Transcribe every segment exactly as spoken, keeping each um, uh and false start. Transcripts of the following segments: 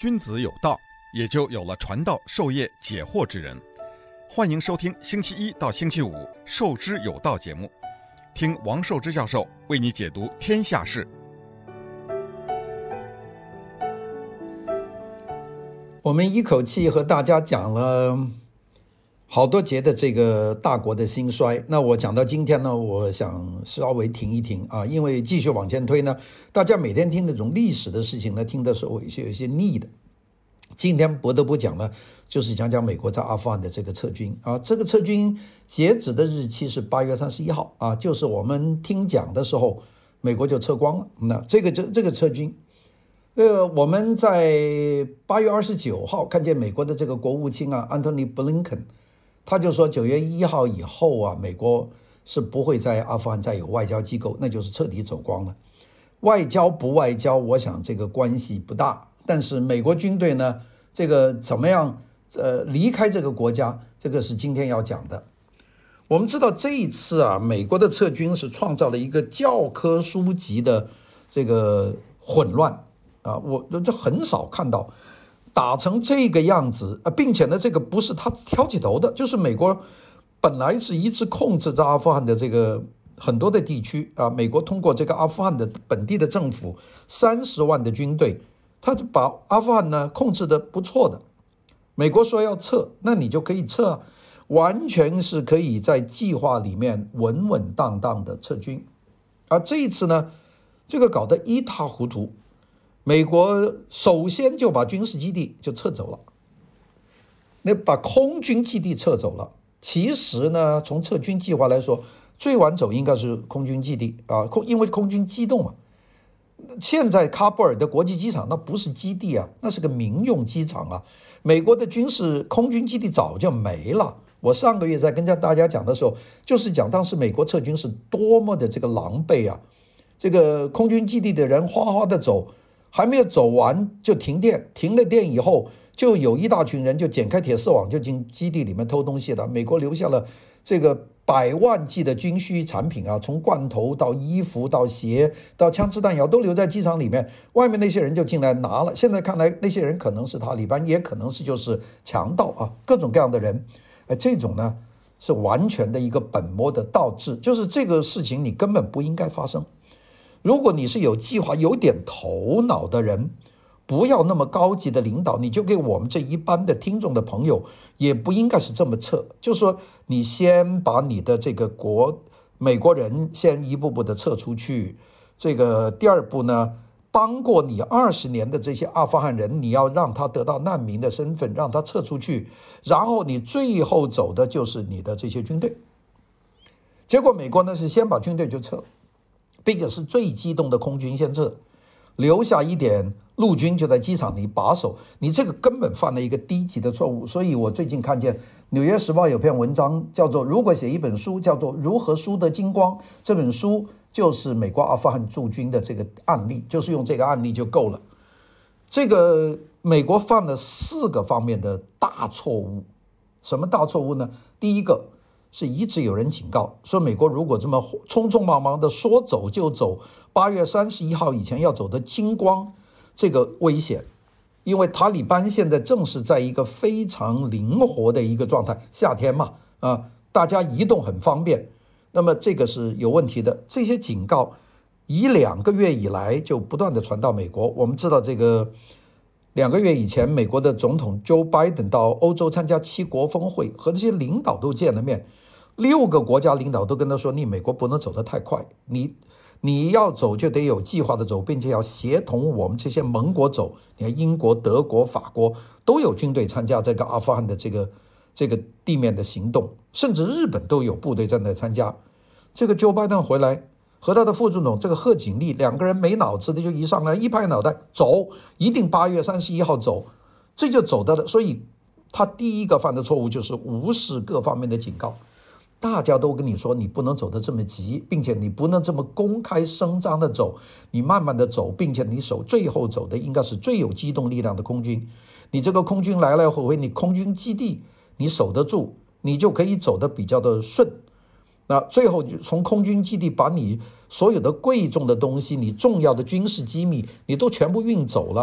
君子有道，也就有了传道授业解惑之人。欢迎收听星期一到星期五《授之有道》节目，听王寿之教授为你解读天下事。 我们一口气和大家讲了好多节的这个大国的兴衰，那我讲到今天呢，我想稍微停一停啊，因为继续往前推呢，大家每天听这种历史的事情呢，听的时候有些有一些腻的。今天不得不讲呢，就是讲讲美国在阿富汗的这个撤军啊，这个撤军截止的日期是八月三十一号啊，就是我们听讲的时候，美国就撤光了。那这个这这个撤军，呃，我们在八月二十九号看见美国的这个国务卿啊，安东尼布林肯，他就说九月一号以后啊，美国是不会在阿富汗再有外交机构，那就是彻底走光了。外交不外交，我想这个关系不大。但是美国军队呢，这个怎么样呃离开这个国家，这个是今天要讲的。我们知道这一次啊，美国的撤军是创造了一个教科书级的这个混乱啊，我就很少看到打成这个样子啊，并且呢，这个不是他挑起头的，就是美国本来是一直控制在阿富汗的这个很多的地区啊，美国通过这个阿富汗的本地的政府三十万的军队，他就把阿富汗呢控制的不错的。美国说要撤，那你就可以撤啊，完全是可以在计划里面稳稳当当的撤军。而这一次呢，这个搞得一塌糊涂。美国首先就把军事基地就撤走了，那把空军基地撤走了。其实呢，从撤军计划来说，最晚走应该是空军基地啊，因为空军机动嘛。现在喀布尔的国际机场那不是基地啊，那是个民用机场啊。美国的军事空军基地早就没了。我上个月在跟大家讲的时候，就是讲当时美国撤军是多么的这个狼狈啊，这个空军基地的人哗哗的走，还没有走完就停电，停了电以后就有一大群人就剪开铁丝网就进基地里面偷东西了。美国留下了这个百万计的军需产品啊，从罐头到衣服到鞋到枪支弹药都留在机场里面，外面那些人就进来拿了。现在看来那些人可能是塔利班，也可能是就是强盗啊，各种各样的人。呃，这种呢是完全的一个本末的倒置，就是这个事情你根本不应该发生。如果你是有计划有点头脑的人，不要那么高级的领导，你就给我们这一般的听众的朋友也不应该是这么撤，就是说你先把你的这个国美国人先一步步的撤出去，这个第二步呢，帮过你二十年的这些阿富汗人，你要让他得到难民的身份，让他撤出去，然后你最后走的就是你的这些军队。结果美国呢是先把军队就撤，并且是最机动的空军先撤，留下一点陆军就在机场里把守，你这个根本犯了一个低级的错误。所以我最近看见《纽约时报》有篇文章叫做如果写一本书叫做如何输得精光，这本书就是美国阿富汗驻军的这个案例，就是用这个案例就够了。这个美国犯了四个方面的大错误。什么大错误呢？第一个是一直有人警告说，美国如果这么匆匆忙忙的说走就走，八月三十一号以前要走的精光，这个危险。因为塔利班现在正是在一个非常灵活的一个状态，夏天嘛，啊，大家移动很方便，那么这个是有问题的。这些警告一两个月以来就不断的传到美国。我们知道这个两个月以前，美国的总统 Joe Biden 到欧洲参加七国峰会，和这些领导都见了面，六个国家领导都跟他说，你美国不能走得太快，你你要走就得有计划的走，并且要协同我们这些盟国走。你看英国、德国、法国都有军队参加这个阿富汗的这个这个地面的行动，甚至日本都有部队在那参加。这个 Joe Biden 回来和他的副总统这个贺锦丽两个人没脑子的就一上来一拍脑袋走，一定八月三十一号走，这就走的了。所以他第一个犯的错误就是无视各方面的警告。大家都跟你说你不能走得这么急，并且你不能这么公开声张的走，你慢慢的走，并且你守最后走的应该是最有机动力量的空军。你这个空军来来回回，你空军基地你守得住，你就可以走得比较的顺。那最后从空军基地把你所有的贵重的东西，你重要的军事机密你都全部运走了，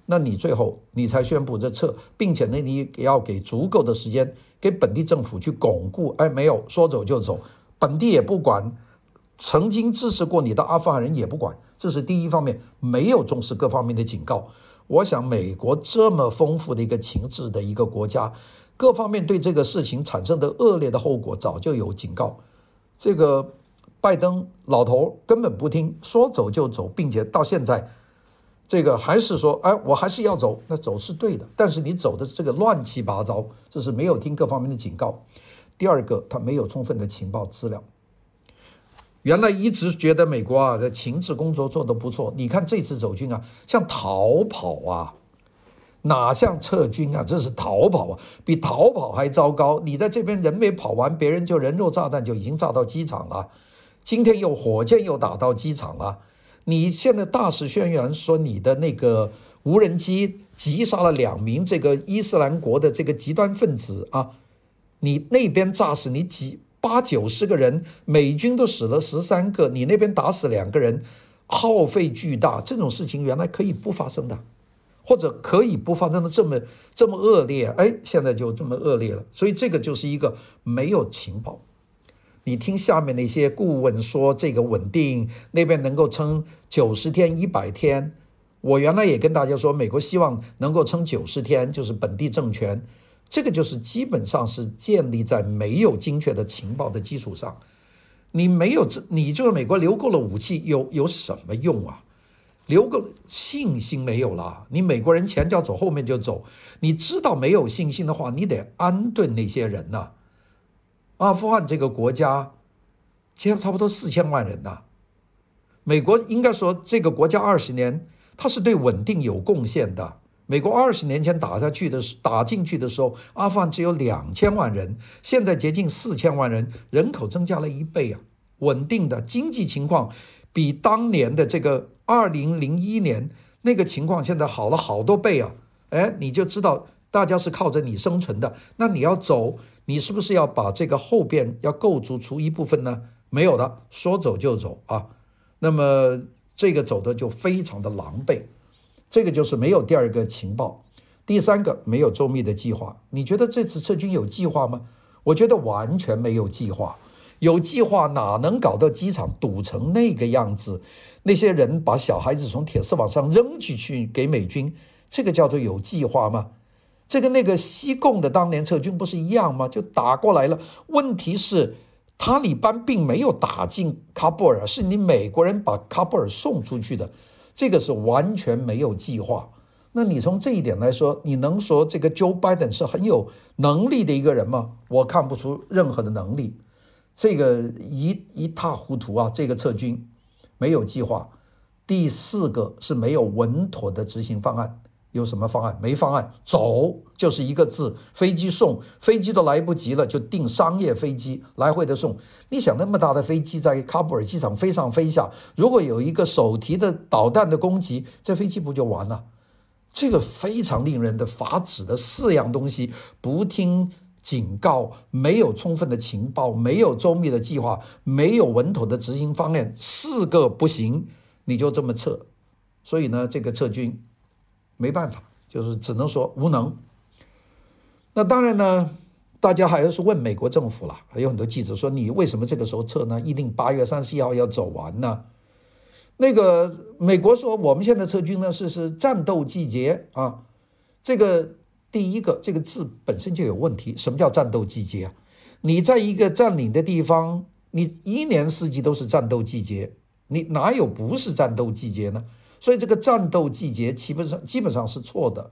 那你最后你才宣布这撤，并且呢，你也要给足够的时间给本地政府去巩固。哎，没有说走就走，本地也不管，曾经支持过你的阿富汗人也不管，这是第一方面，没有重视各方面的警告。我想美国这么丰富的一个情治的一个国家，各方面对这个事情产生的恶劣的后果早就有警告。这个拜登老头根本不听，说走就走，并且到现在这个还是说，哎，我还是要走，那走是对的，但是你走的这个乱七八糟，这是没有听各方面的警告。第二个，他没有充分的情报资料。原来一直觉得美国啊的情治工作做得不错，你看这次走军啊，像逃跑啊，哪像撤军啊，这是逃跑啊，比逃跑还糟糕。你在这边人没跑完，别人就人肉炸弹就已经炸到机场了，今天又火箭又打到机场了。你现在大肆宣扬说你的那个无人机击杀了两名这个伊斯兰国的这个极端分子啊，你那边炸死你几八九十个人，美军都死了十三个，你那边打死两个人，耗费巨大，这种事情原来可以不发生的，或者可以不发生的这么这么恶劣，哎，现在就这么恶劣了。所以这个就是一个没有情报。你听下面那些顾问说这个稳定，那边能够撑九十天、一百天。我原来也跟大家说，美国希望能够撑九十天，就是本地政权。这个就是基本上是建立在没有精确的情报的基础上。你没有，你就是美国留够了武器，有有什么用啊？留够信心没有了，你美国人前脚走后面就走。你知道没有信心的话，你得安顿那些人呐、啊。阿富汗这个国家，现在差不多四千万人呐、啊。美国应该说这个国家二十年，它是对稳定有贡献的。美国二十年前打下去的打进去的时候，阿富汗只有两千万人，现在接近四千万人，人口增加了一倍啊！稳定的经济情况比当年的这个二零零一年那个情况现在好了好多倍啊！哎，你就知道大家是靠着你生存的，那你要走，你是不是要把这个后边要构筑出一部分呢？没有的，说走就走啊！那么这个走的就非常的狼狈。这个就是没有第二个情报，第三个没有周密的计划。你觉得这次撤军有计划吗？我觉得完全没有计划。有计划哪能搞到机场堵成那个样子？那些人把小孩子从铁丝网上扔进去给美军，这个叫做有计划吗？这个那个西贡的当年撤军不是一样吗？就打过来了。问题是塔利班并没有打进喀布尔，是你美国人把喀布尔送出去的。这个是完全没有计划。那你从这一点来说，你能说这个 Joe Biden 是很有能力的一个人吗？我看不出任何的能力。这个一一塌糊涂啊！这个撤军没有计划。第四个是没有稳妥的执行方案。有什么方案？没方案，走就是一个字，飞机送，飞机都来不及了，就订商业飞机来回的送。你想那么大的飞机在喀布尔机场飞上飞下，如果有一个手提的导弹的攻击，这飞机不就完了？这个非常令人的发指的四样东西，不听警告，没有充分的情报，没有周密的计划，没有稳妥的执行方案，四个不行，你就这么撤。所以呢，这个撤军没办法，就是只能说无能。那当然呢，大家还是问美国政府了。有很多记者说，你为什么这个时候撤呢？一定八月三十一号要走完呢？那个美国说，我们现在撤军呢是是战斗季节啊。这个第一个这个字本身就有问题。什么叫战斗季节啊？你在一个占领的地方，你一年四季都是战斗季节，你哪有不是战斗季节呢？所以这个战斗季节基本上基本上是错的。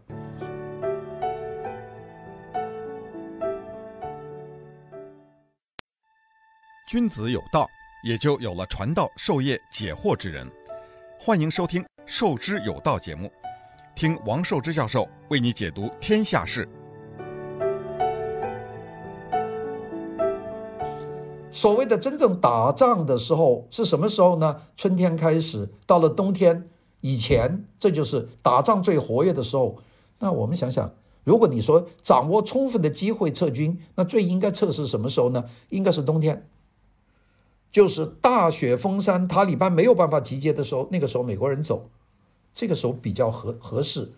君子有道，也就有了传道授业解惑之人。欢迎收听《授之有道》节目，听王寿之教授为你解读天下事。 所谓的真正打仗的时候是什么时候呢？春天开始，到了冬天以前，这就是打仗最活跃的时候。那我们想想，如果你说掌握充分的机会撤军，那最应该撤是什么时候呢？应该是冬天，就是大雪封山，塔利班没有办法集结的时候，那个时候美国人走，这个时候比较合合适。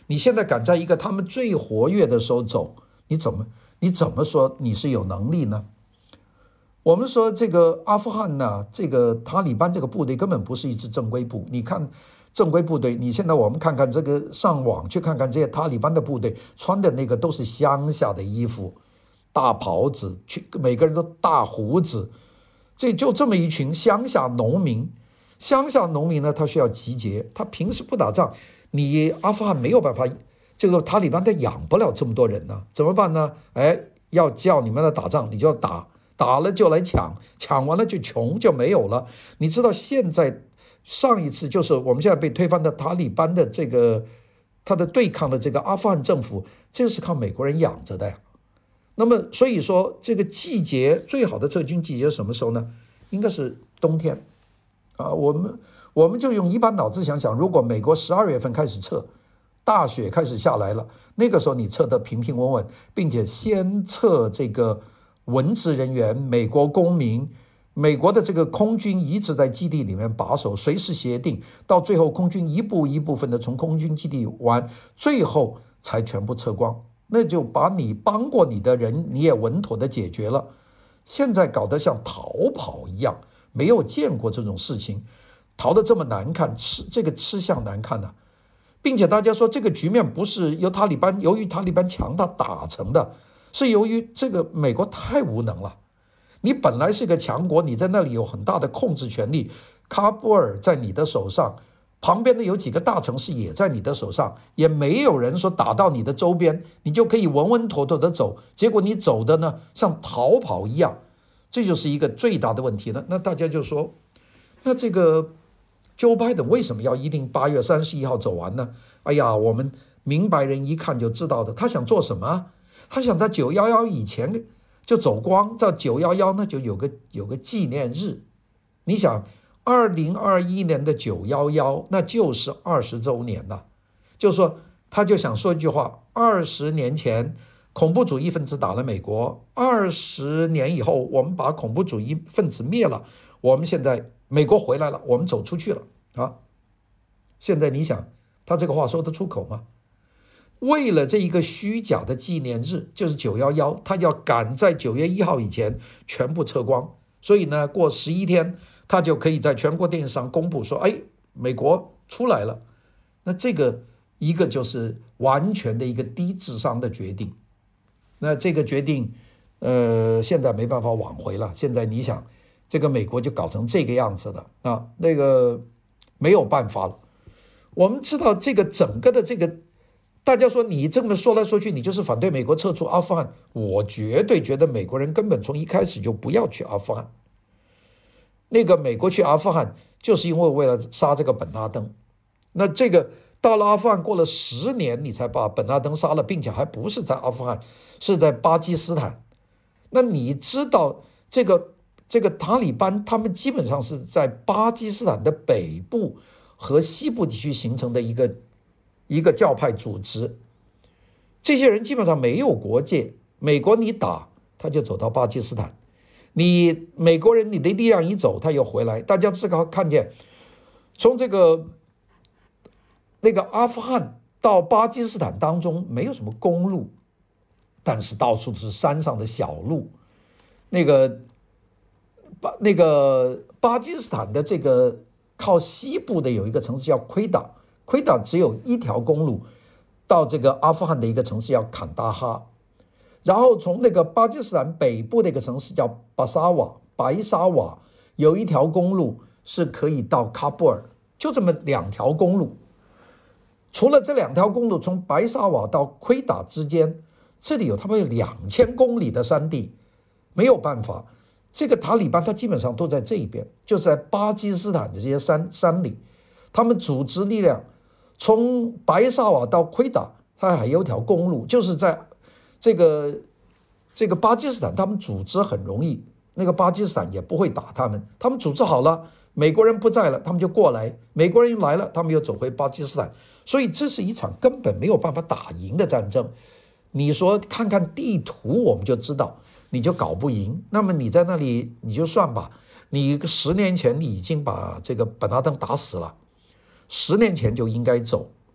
你现在敢在一个他们最活跃的时候走，你怎么你怎么说你是有能力呢？我们说这个阿富汗呢，这个塔利班这个部队根本不是一支正规部。你看正规部队，你现在我们看看这个上网去看看这些塔利班的部队穿的那个都是乡下的衣服，大袍子，每个人都大胡子，这就这么一群乡下农民。乡下农民呢，他需要集结，他平时不打仗，你阿富汗没有办法，这个塔利班他养不了这么多人呢，怎么办呢？哎，要叫你们来打仗，你就要打，打了就来抢，抢完了就穷就没有了。你知道现在上一次就是我们现在被推翻的塔利班的这个他的对抗的这个阿富汗政府，这是靠美国人养着的呀。那么所以说这个季节最好的撤军季节是什么时候呢？应该是冬天啊。我们我们就用一般脑子想想，如果美国十二月份开始撤，大雪开始下来了，那个时候你撤得平平稳稳，并且先撤这个文职人员、美国公民，美国的这个空军一直在基地里面把守，随时协定，到最后空军一步一部分的从空军基地完，最后才全部撤光。那就把你帮过你的人你也稳妥的解决了。现在搞得像逃跑一样，没有见过这种事情，逃得这么难看，吃这个吃相难看的、啊，并且大家说这个局面不是由塔利班由于塔利班强大打成的，是由于这个美国太无能了。你本来是个强国，你在那里有很大的控制权力，喀布尔在你的手上，旁边的有几个大城市也在你的手上，也没有人说打到你的周边，你就可以稳稳妥妥的走。结果你走的呢，像逃跑一样，这就是一个最大的问题了。那大家就说，那这个 Joe Biden 为什么要一定八月三十一号走完呢？哎呀，我们明白人一看就知道的，他想做什么？他想在九一一以前就走光，在九一一呢就有个有个纪念日。你想二零二一年的九一一那就是二十周年了，就是说他就想说一句话，二十年前恐怖主义分子打了美国，二十年以后我们把恐怖主义分子灭了，我们现在美国回来了，我们走出去了啊！现在你想他这个话说得出口吗？为了这一个虚假的纪念日，就是九一一，他要赶在九月一号以前全部撤光，所以呢，过十一天他就可以在全国电视上公布说，哎，美国出来了。那这个一个就是完全的一个低智商的决定。那这个决定，呃，现在没办法挽回了。现在你想，这个美国就搞成这个样子了啊，那个没有办法了。我们知道这个整个的这个。大家说你这么说来说去，你就是反对美国撤出阿富汗。我绝对觉得美国人根本从一开始就不要去阿富汗。那个美国去阿富汗就是因为为了杀这个本拉登。那这个到了阿富汗过了十年，你才把本拉登杀了，并且还不是在阿富汗，是在巴基斯坦。那你知道这个这个塔利班他们基本上是在巴基斯坦的北部和西部地区形成的一个。一个教派组织，这些人基本上没有国界。美国你打他就走到巴基斯坦，你美国人你的力量一走他又回来。大家至少看见，从这个那个阿富汗到巴基斯坦当中没有什么公路，但是到处是山上的小路。那个巴那个巴基斯坦的这个靠西部的有一个城市叫奎达。奎达只有一条公路到这个阿富汗的一个城市叫坎大哈，然后从那个巴基斯坦北部的一个城市叫巴沙瓦白沙瓦有一条公路是可以到喀布尔，就这么两条公路。除了这两条公路从白沙瓦到奎达之间，这里有他们有两千公里的山地，没有办法，这个塔利班他基本上都在这一边，就是在巴基斯坦的这些山山里，他们组织力量。从白沙瓦到奎达，它还有一条公路，就是在这个这个巴基斯坦，他们组织很容易，那个巴基斯坦也不会打他们，他们组织好了，美国人不在了，他们就过来，美国人来了，他们又走回巴基斯坦，所以这是一场根本没有办法打赢的战争。你说看看地图，我们就知道，你就搞不赢。那么你在那里，你就算吧，你十年前你已经把这个本拉登打死了。十年前就应该走，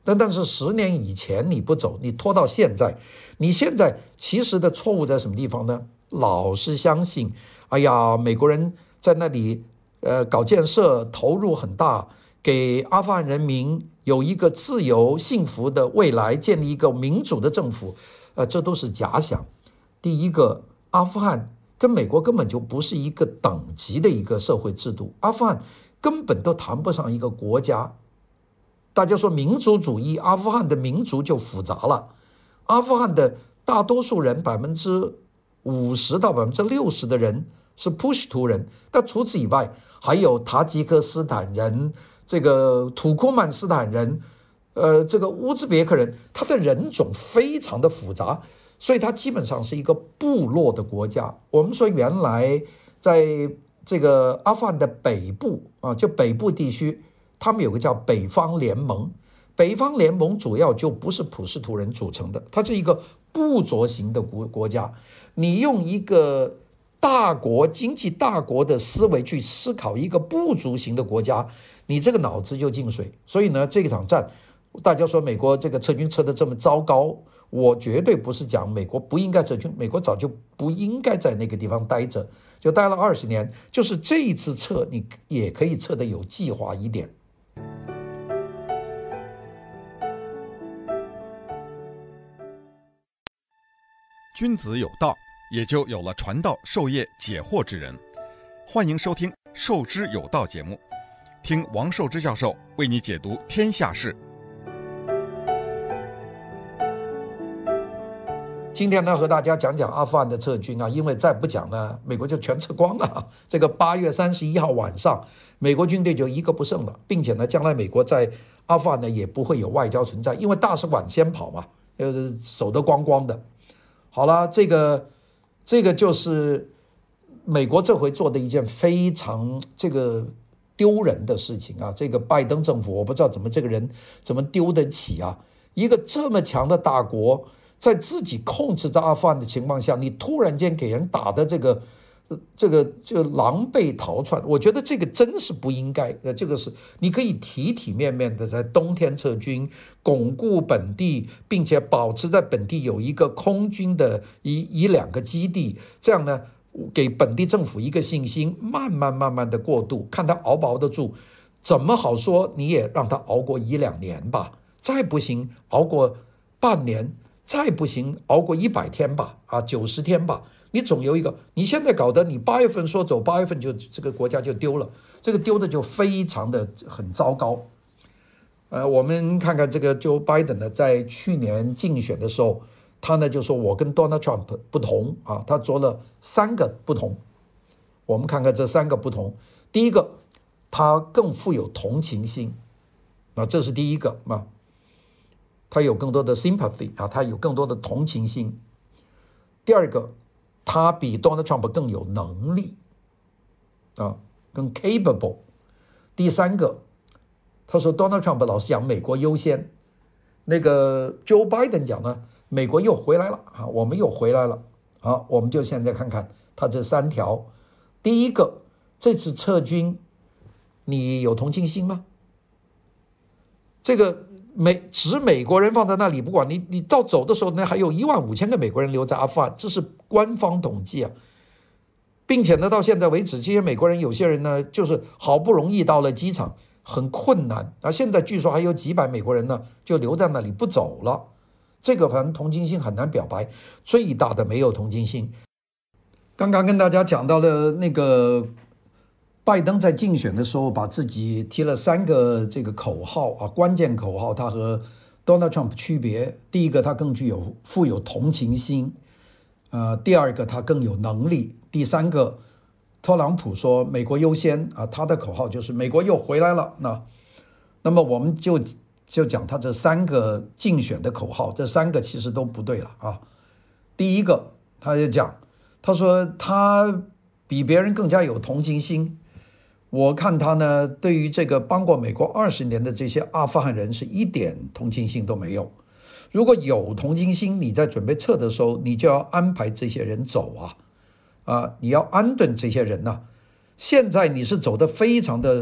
那但是十年以前你不走，你拖到现在，你现在其实的错误在什么地方呢？老是相信，哎呀，美国人在那里呃搞建设投入很大，给阿富汗人民有一个自由幸福的未来，建立一个民主的政府，呃，这都是假想。第一个，阿富汗跟美国根本就不是一个等级的一个社会制度，阿富汗根本都谈不上一个国家。大家说民族主义，阿富汗的民族就复杂了。阿富汗的大多数人，百分之五十到百分之六十的人是普什图人，但除此以外，还有塔吉克斯坦人、这个土库曼斯坦人、呃，这个乌兹别克人，他的人种非常的复杂，所以它基本上是一个部落的国家。我们说原来在这个阿富汗的北部啊，就北部地区。他们有个叫北方联盟，北方联盟主要就不是普什图人组成的，它是一个部族型的国国家。你用一个大国经济大国的思维去思考一个部族型的国家，你这个脑子就进水。所以呢，这场战，大家说美国这个撤军撤得这么糟糕，我绝对不是讲美国不应该撤军，美国早就不应该在那个地方待着，就待了二十年。就是这一次撤，你也可以撤得有计划一点。 君子有道，也就有了传道授业解惑之人。欢迎收听《授之有道》节目，听王寿之教授为你解读天下事。 今天呢，和大家讲讲阿富汗的撤军啊，因为再不讲呢，美国就全撤光了。这个八月三十一号晚上，美国军队就一个不剩了，并且呢，将来美国在阿富汗呢也不会有外交存在，因为大使馆先跑嘛，呃，守得光光的。好了，这个这个就是美国这回做的一件非常这个丢人的事情啊！这个拜登政府，我不知道怎么这个人怎么丢得起啊！一个这么强的大国，在自己控制着阿富汗的情况下，你突然间给人打的这个这个就狼狈逃窜，我觉得这个真是不应该。这个是你可以体体面面的在冬天撤军，巩固本地，并且保持在本地有一个空军的一一两个基地，这样呢，给本地政府一个信心，慢慢慢慢的过渡，看他熬不熬得住。怎么好说，你也让他熬过一两年吧，再不行熬过半年，再不行熬过一百天吧，啊，九十天吧。你总有一个，你现在搞得你八月份说走，八月份就这个国家就丢了，这个丢的就非常的很糟糕。呃，我们看看这个 Joe Biden 呢，在去年竞选的时候，他呢就说我跟 Donald Trump 不同啊，他做了三个不同。我们看看这三个不同。第一个，他更富有同情心啊，这是第一个啊，他有更多的 sympathy 啊，他有更多的同情心。第二个，他比 Donald Trump 更有能力啊，更 capable。第三个，他说 Donald Trump 老是讲美国优先，那个 Joe Biden 讲呢，美国又回来了啊，我们又回来了。好，我们就现在看看他这三条。第一个，这次撤军，你有同情心吗？这个美指美国人放在那里不管，你你到走的时候呢，还有一万五千个美国人留在阿富汗，这是官方统计啊，并且呢，到现在为止，这些美国人有些人呢，就是好不容易到了机场，很困难啊，现在据说还有几百美国人呢，就留在那里不走了。这个反正同情心很难表白，最大的没有同情心。刚刚跟大家讲到了那个拜登在竞选的时候，把自己提了三个这个口号啊，关键口号，他和 Donald Trump 区别。第一个，他更具有富有同情心，呃，第二个，他更有能力。第三个，特朗普说美国优先啊，他的口号就是美国又回来了。那那么我们就就讲他这三个竞选的口号，这三个其实都不对了啊。第一个，他就讲，他说他比别人更加有同情心。我看他呢，对于这个帮过美国二十年的这些阿富汗人是一点同情心都没有。如果有同情心，你在准备撤的时候，你就要安排这些人走啊，啊，你要安顿这些人呐、啊。现在你是走得非常的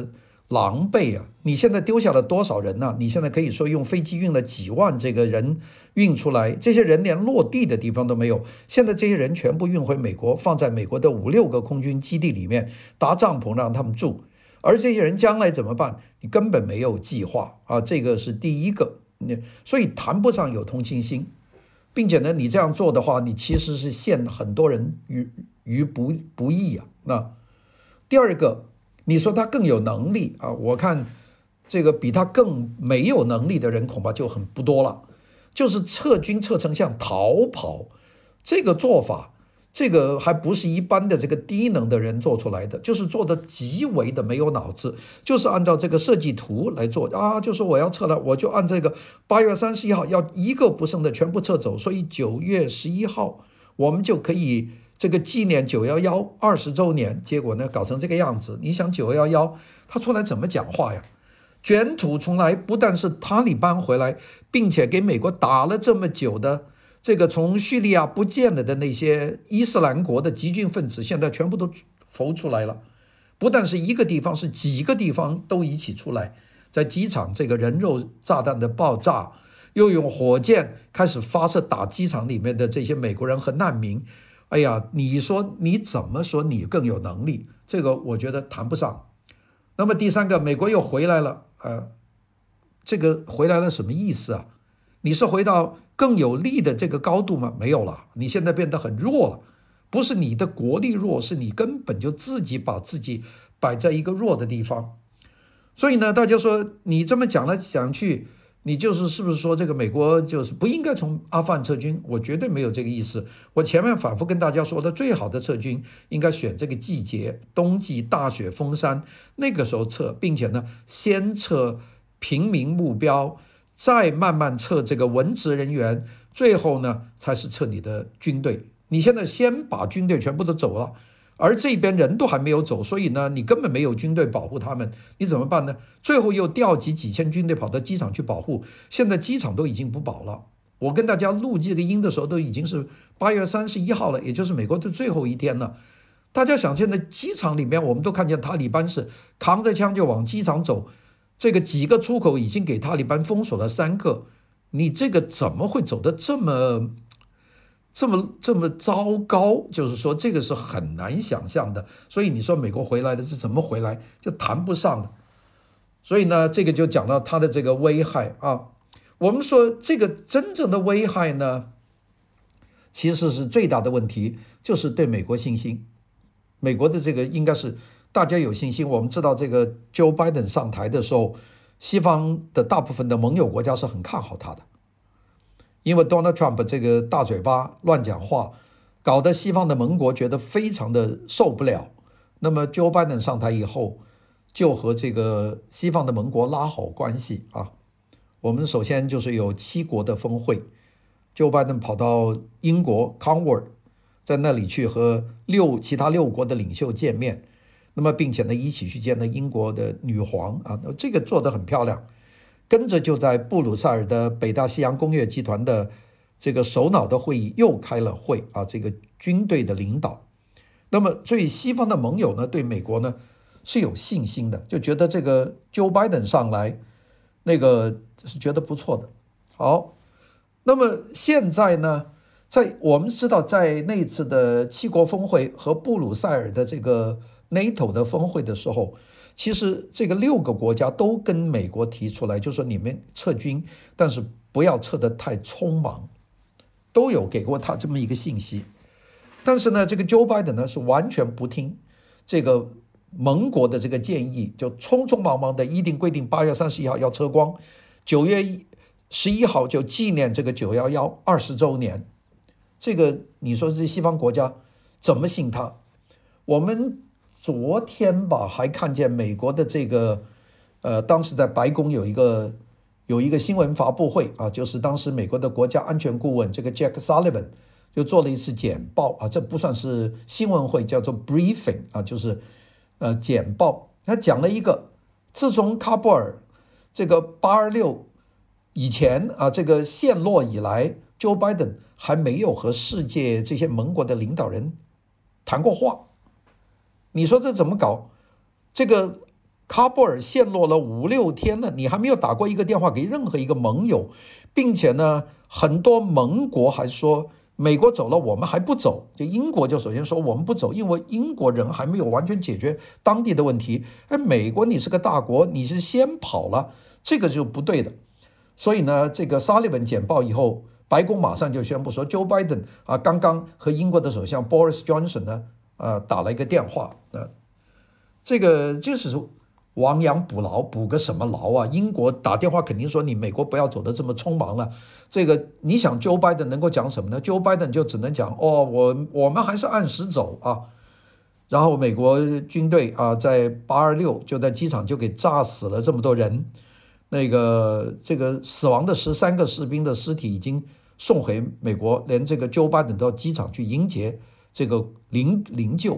狼狈啊！你现在丢下了多少人呢、啊？你现在可以说用飞机运了几万这个人运出来，这些人连落地的地方都没有。现在这些人全部运回美国，放在美国的五六个空军基地里面搭帐篷让他们住。而这些人将来怎么办？你根本没有计划啊！这个是第一个，所以谈不上有同情心，并且呢，你这样做的话，你其实是陷很多人于于不不义啊。那第二个。你说他更有能力啊？我看这个比他更没有能力的人恐怕就很不多了。就是撤军撤成像逃跑，这个做法，这个还不是一般的这个低能的人做出来的，就是做的极为的没有脑子，就是按照这个设计图来做啊，就说我要撤了，我就按这个八月三十一号要一个不剩的全部撤走，所以九月十一号我们就可以。这个纪念九一一二十周年，结果呢搞成这个样子。你想九一一他出来怎么讲话呀？卷土重来，不但是塔利班回来，并且给美国打了这么久的这个从叙利亚不见了的那些伊斯兰国的激进分子，现在全部都浮出来了。不但是一个地方，是几个地方都一起出来，在机场这个人肉炸弹的爆炸，又用火箭开始发射打机场里面的这些美国人和难民。哎呀，你说你怎么说你更有能力？这个我觉得谈不上。那么第三个，美国又回来了，呃，这个回来了什么意思啊？你是回到更有利的这个高度吗？没有了，你现在变得很弱了。不是你的国力弱，是你根本就自己把自己摆在一个弱的地方。所以呢，大家说你这么讲来讲去。你就是是不是说这个美国就是不应该从阿富汗撤军？我绝对没有这个意思。我前面反复跟大家说的，最好的撤军应该选这个季节，冬季大雪封山，那个时候撤，并且呢，先撤平民目标，再慢慢撤这个文职人员，最后呢才是撤你的军队。你现在先把军队全部都走了。而这边人都还没有走，所以呢，你根本没有军队保护他们，你怎么办呢？最后又调集几千军队跑到机场去保护，现在机场都已经不保了。我跟大家录这个音的时候，都已经是八月三十一号了，也就是美国的最后一天了。大家想，现在机场里面，我们都看见塔利班是扛着枪就往机场走，这个几个出口已经给塔利班封锁了三个，你这个怎么会走得这么？这么这么糟糕，就是说这个是很难想象的。所以你说美国回来的是怎么回来，就谈不上了。所以呢，这个就讲到它的这个危害啊。我们说这个真正的危害呢，其实是最大的问题，就是对美国信心。美国的这个应该是大家有信心。我们知道这个 Joe Biden 上台的时候，西方的大部分的盟友国家是很看好他的。因为 Donald Trump 这个大嘴巴乱讲话，搞得西方的盟国觉得非常的受不了。那么 Joe Biden 上台以后，就和这个西方的盟国拉好关系啊。我们首先就是有七国的峰会 ，Joe Biden 跑到英国 Cornwall， 在那里去和六其他六国的领袖见面，那么并且呢一起去见了英国的女皇啊，这个做得很漂亮。跟着就在布鲁塞尔的北大西洋工业集团的这个首脑的会议又开了会啊，这个军队的领导。那么所以西方的盟友呢对美国呢是有信心的，就觉得这个 Joe Biden 上来那个是觉得不错的。好，那么现在呢，在我们知道在那次的七国峰会和布鲁塞尔的这个 NATO 的峰会的时候，其实这个六个国家都跟美国提出来，就说你们撤军，但是不要撤得太匆忙，都有给过他这么一个信息。但是呢，这个 Joe Biden 呢是完全不听这个盟国的这个建议，就匆匆忙忙的一定规定八月三十一号要撤光，九月十一号就纪念这个九一一二十周年。这个你说这西方国家怎么信他？我们昨天吧，还看见美国的这个，呃，当时在白宫有一个有一个新闻发布会啊，就是当时美国的国家安全顾问这个 Jack Sullivan 就做了一次简报啊，这不算是新闻会，叫做 briefing 啊，就是呃简报。他讲了一个，自从喀布尔这个八二六以前啊，这个陷落以来 ，Joe Biden 还没有和世界这些盟国的领导人谈过话。你说这怎么搞？这个喀布尔陷落了五六天了，你还没有打过一个电话给任何一个盟友，并且呢，很多盟国还说美国走了，我们还不走。就英国就首先说我们不走，因为英国人还没有完全解决当地的问题。哎，美国你是个大国，你是先跑了，这个就不对的。所以呢，这个沙利文简报以后，白宫马上就宣布说 ，Joe Biden 啊，刚刚和英国的首相 Boris Johnson 呢，呃，打了一个电话，呃，这个就是亡羊补牢，补个什么牢啊？英国打电话肯定说你美国不要走得这么匆忙了。这个你想 Joe Biden 能够讲什么呢？ Joe Biden 就只能讲哦，我我们还是按时走啊。然后美国军队啊，在八二六就在机场就给炸死了这么多人。那个这个死亡的十三个士兵的尸体已经送回美国，连这个 Joe Biden 到机场去迎接这个灵灵柩。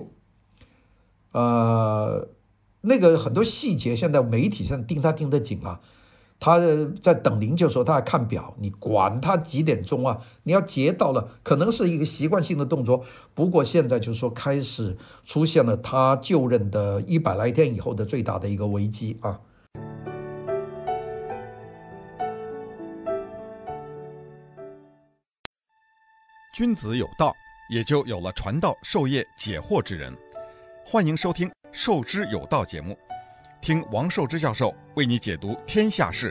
呃，那个很多细节现在媒体上盯他盯得紧了。他在等灵柩时候，他还看表，你管他几点钟啊？你要截到了，可能是一个习惯性的动作。不过现在就是说，开始出现了他就任的一百来天以后的最大的一个危机啊。 君子有道，也就有了传道授业解惑之人。欢迎收听《授之有道》节目，听王寿之教授为你解读天下事。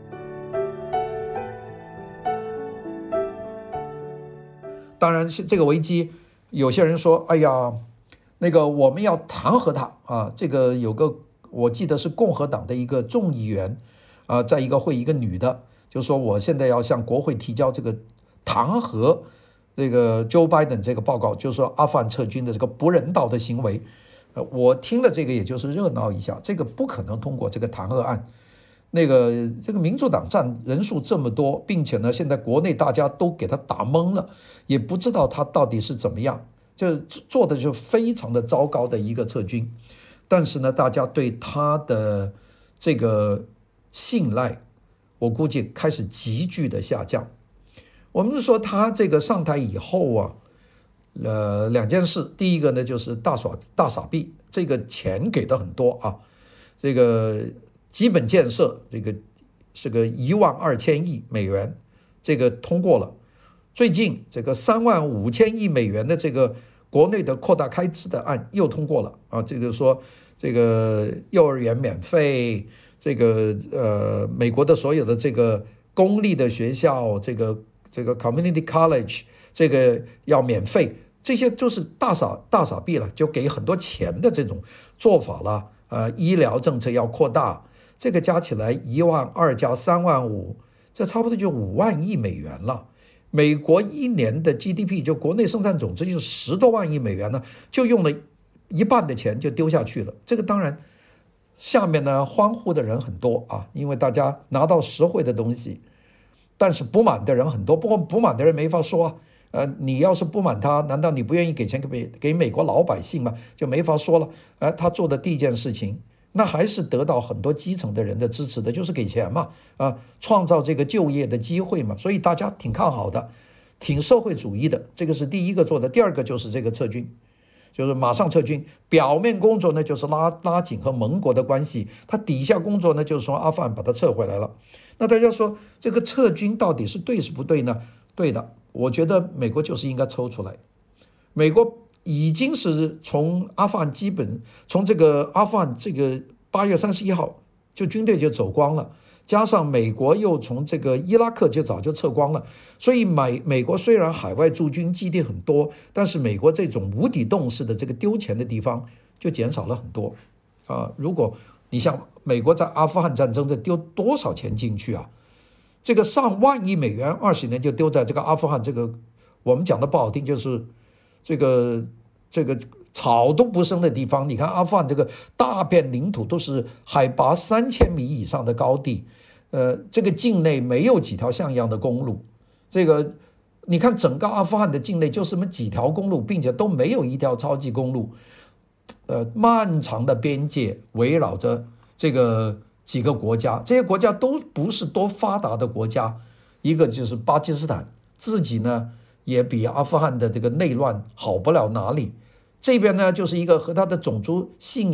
当然，这个危机，有些人说：“哎呀，那个我们要弹劾他啊！”这个有个我记得是共和党的一个众议员啊，在一个会，一个女的就说：“我现在要向国会提交这个弹劾这个 Joe Biden 这个报告，就是说阿富汗撤军的这个不人道的行为。”呃，我听了这个也就是热闹一下，这个不可能通过这个弹劾案。那个这个民主党占人数这么多，并且呢，现在国内大家都给他打懵了，也不知道他到底是怎么样，就做的就非常的糟糕的一个撤军。但是呢，大家对他的这个信赖，我估计开始急剧的下降。我们说他这个上台以后啊，呃，两件事，第一个呢就是大耍大傻逼，这个钱给的很多啊，这个基本建设这个是个一万二千亿美元，这个通过了。最近这个三万五千亿美元的这个国内的扩大开支的案又通过了啊，这个说这个幼儿园免费，这个呃美国的所有的这个公立的学校，这个这个 community college 这个要免费。这些就是大傻大傻逼了，就给很多钱的这种做法了。呃，医疗政策要扩大，这个加起来一万二加三万五，这差不多就五万亿美元了。美国一年的 G D P 就国内生产总值就十多万亿美元呢，就用了一半的钱就丢下去了。这个当然，下面呢欢呼的人很多啊，因为大家拿到实惠的东西，但是不满的人很多。不过不满的人没法说啊。呃，你要是不满他，难道你不愿意给钱给美给美国老百姓吗？就没法说了。呃，他做的第一件事情，那还是得到很多基层的人的支持的，就是给钱嘛，啊，创造这个就业的机会嘛，所以大家挺看好的，挺社会主义的，这个是第一个做的。第二个就是这个撤军，就是马上撤军。表面工作呢，就是拉拉紧和盟国的关系，他底下工作呢，就是从阿富汗把它撤回来了。那大家说这个撤军到底是对是不对呢？对的。我觉得美国就是应该抽出来。美国已经是从阿富汗基本从这个阿富汗这个八月三十一号就军队就走光了，加上美国又从这个伊拉克就早就撤光了，所以美美国虽然海外驻军基地很多，但是美国这种无底洞式的这个丢钱的地方就减少了很多啊。如果你像美国在阿富汗战争这丢多少钱进去啊？这个上万亿美元，二十年就丢在这个阿富汗，这个我们讲的不好听，就是这个这个草都不生的地方。你看阿富汗这个大片领土都是海拔三千米以上的高地，呃，这个境内没有几条像样的公路。这个你看整个阿富汗的境内就这么几条公路，并且都没有一条超级公路。呃，漫长的边界围绕着这个。几个国家，这些国家都不是多发达的国家，一个就是巴基斯坦，自己呢也比阿富汗的这个内乱好不了哪里。这边呢就是一个和他的种族信仰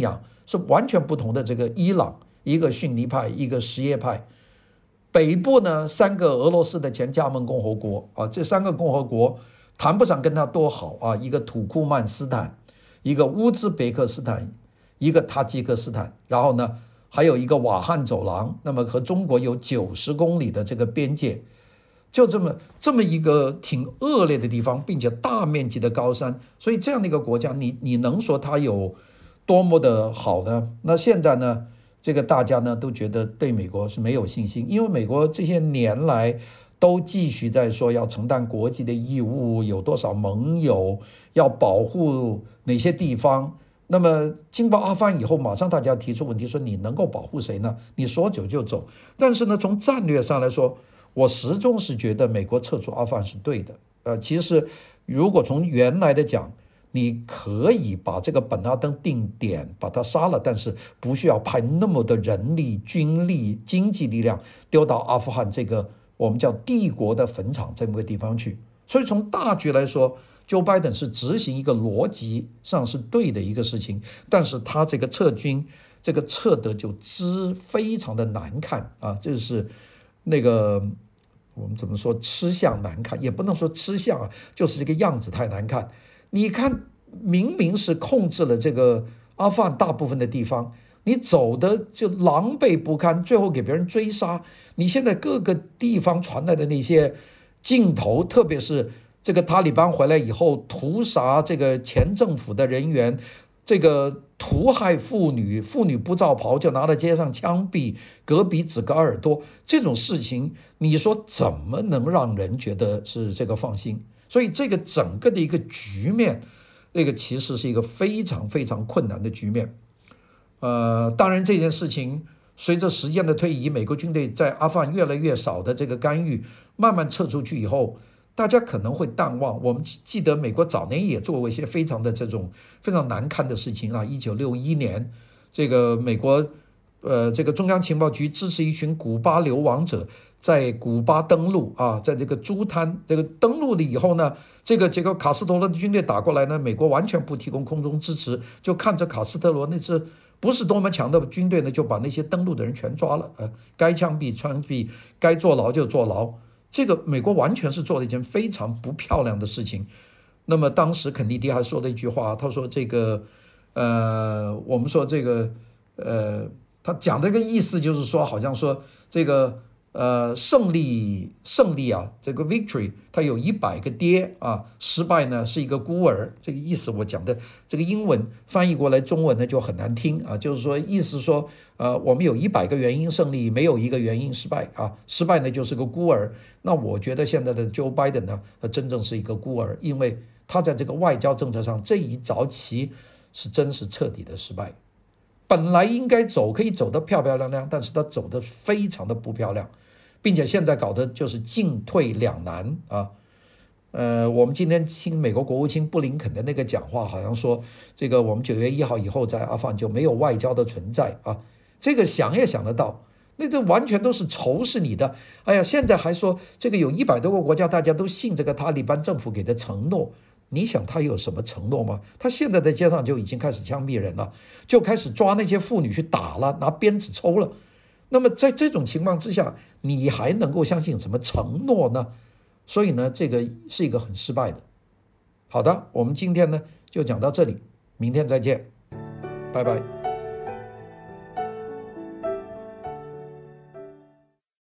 是完全不同的这个伊朗，一个逊尼派，一个什叶派。北部呢，三个俄罗斯的前加盟共和国啊，这三个共和国谈不上跟他多好啊，一个土库曼斯坦，一个乌兹别克斯坦，一个塔吉克斯坦，然后呢，还有一个瓦罕走廊，那么和中国有九十公里的这个边界。就这么这么一个挺恶劣的地方，并且大面积的高山，所以这样的一个国家，你你能说它有多么的好呢？那现在呢，这个大家呢都觉得对美国是没有信心，因为美国这些年来都继续在说要承担国际的义务，有多少盟友，要保护哪些地方。那么经过阿富汗以后，马上大家提出问题说，你能够保护谁呢？你说走就走。但是呢，从战略上来说，我始终是觉得美国撤出阿富汗是对的。呃，其实如果从原来的讲，你可以把这个本拉登定点把他杀了，但是不需要派那么多人力、军力、经济力量丢到阿富汗这个我们叫帝国的坟场这么个地方去。所以从大局来说，Joe Biden 是执行一个逻辑上是对的一个事情，但是他这个撤军，这个撤的就之非常的难看啊，这是那个我们怎么说，吃相难看，也不能说吃相啊，就是这个样子太难看。你看，明明是控制了这个阿富汗大部分的地方，你走的就狼狈不堪，最后给别人追杀。你现在各个地方传来的那些镜头，特别是这个塔利班回来以后屠杀这个前政府的人员，这个屠害妇女，妇女不罩袍就拿到街上枪毙，割鼻子割耳朵，这种事情你说怎么能让人觉得是这个放心？所以这个整个的一个局面，那个其实是一个非常非常困难的局面。呃，当然这件事情随着时间的推移，美国军队在阿富汗越来越少的这个干预，慢慢撤出去以后，大家可能会淡忘。我们记得美国早年也做过一些非常的这种非常难堪的事情啊。一九六一年，这个美国呃这个中央情报局支持一群古巴流亡者在古巴登陆啊，在这个猪滩这个登陆了以后呢，这个结果卡斯特罗的军队打过来呢，美国完全不提供空中支持，就看着卡斯特罗那支不是多么强的军队呢，就把那些登陆的人全抓了，呃，该枪毙枪毙，该坐牢就坐牢。这个美国完全是做了一件非常不漂亮的事情。那么当时肯尼迪还说了一句话，他说这个呃，我们说这个呃，他讲这个意思就是说，好像说这个呃胜利胜利啊，这个 victory 它有一百个爹啊，失败呢是一个孤儿，这个意思我讲的这个英文翻译过来中文呢就很难听啊，就是说意思说呃我们有一百个原因胜利，没有一个原因失败啊，失败呢就是个孤儿。那我觉得现在的 Joe Biden 呢，真正是一个孤儿，因为他在这个外交政策上这一着棋是真是彻底的失败。本来应该走可以走得漂漂亮亮，但是他走得非常的不漂亮，并且现在搞的就是进退两难啊。呃，我们今天听美国国务卿布林肯的那个讲话，好像说这个我们九月一号以后在阿富汗就没有外交的存在啊。这个想也想得到，那这完全都是仇视你的。哎呀，现在还说这个有一百多个国家大家都信这个塔利班政府给的承诺。你想他有什么承诺吗？他现在在街上就已经开始枪毙人了，就开始抓那些妇女去打了，拿鞭子抽了。那么在这种情况之下，你还能够相信什么承诺呢？所以呢，这个是一个很失败的。好的，我们今天呢就讲到这里，明天再见，拜拜。